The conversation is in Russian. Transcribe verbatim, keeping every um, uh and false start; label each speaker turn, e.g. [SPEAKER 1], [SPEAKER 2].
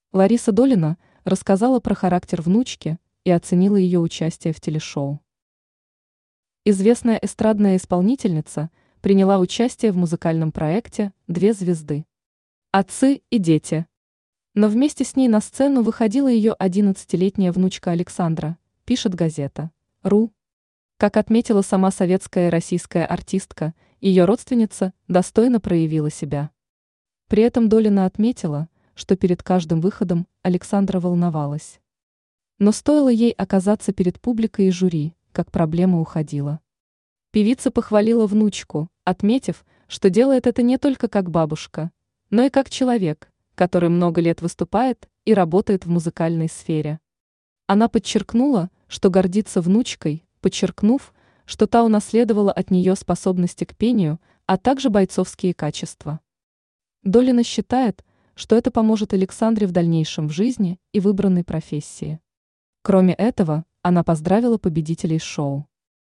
[SPEAKER 1] Лариса Долина рассказала про характер внучки и оценила ее участие в телешоу. Известная эстрадная исполнительница приняла участие в музыкальном проекте «Две звезды. Отцы и дети». Но вместе с ней на сцену выходила ее одиннадцатилетняя внучка Александра, пишет газета «Ру». Как отметила сама советская и российская артистка, ее родственница достойно проявила себя. При этом Долина отметила, что перед каждым выходом Александра волновалась. Но стоило ей оказаться перед публикой и жюри, как проблема уходила. Певица похвалила внучку, отметив, что делает это не только как бабушка, но и как человек, который много лет выступает и работает в музыкальной сфере. Она подчеркнула, что гордится внучкой, подчеркнув, что та унаследовала от нее способности к пению, а также бойцовские качества. Долина считает, что это поможет Александре в дальнейшем в жизни и выбранной профессии. Кроме этого, она поздравила победителей шоу.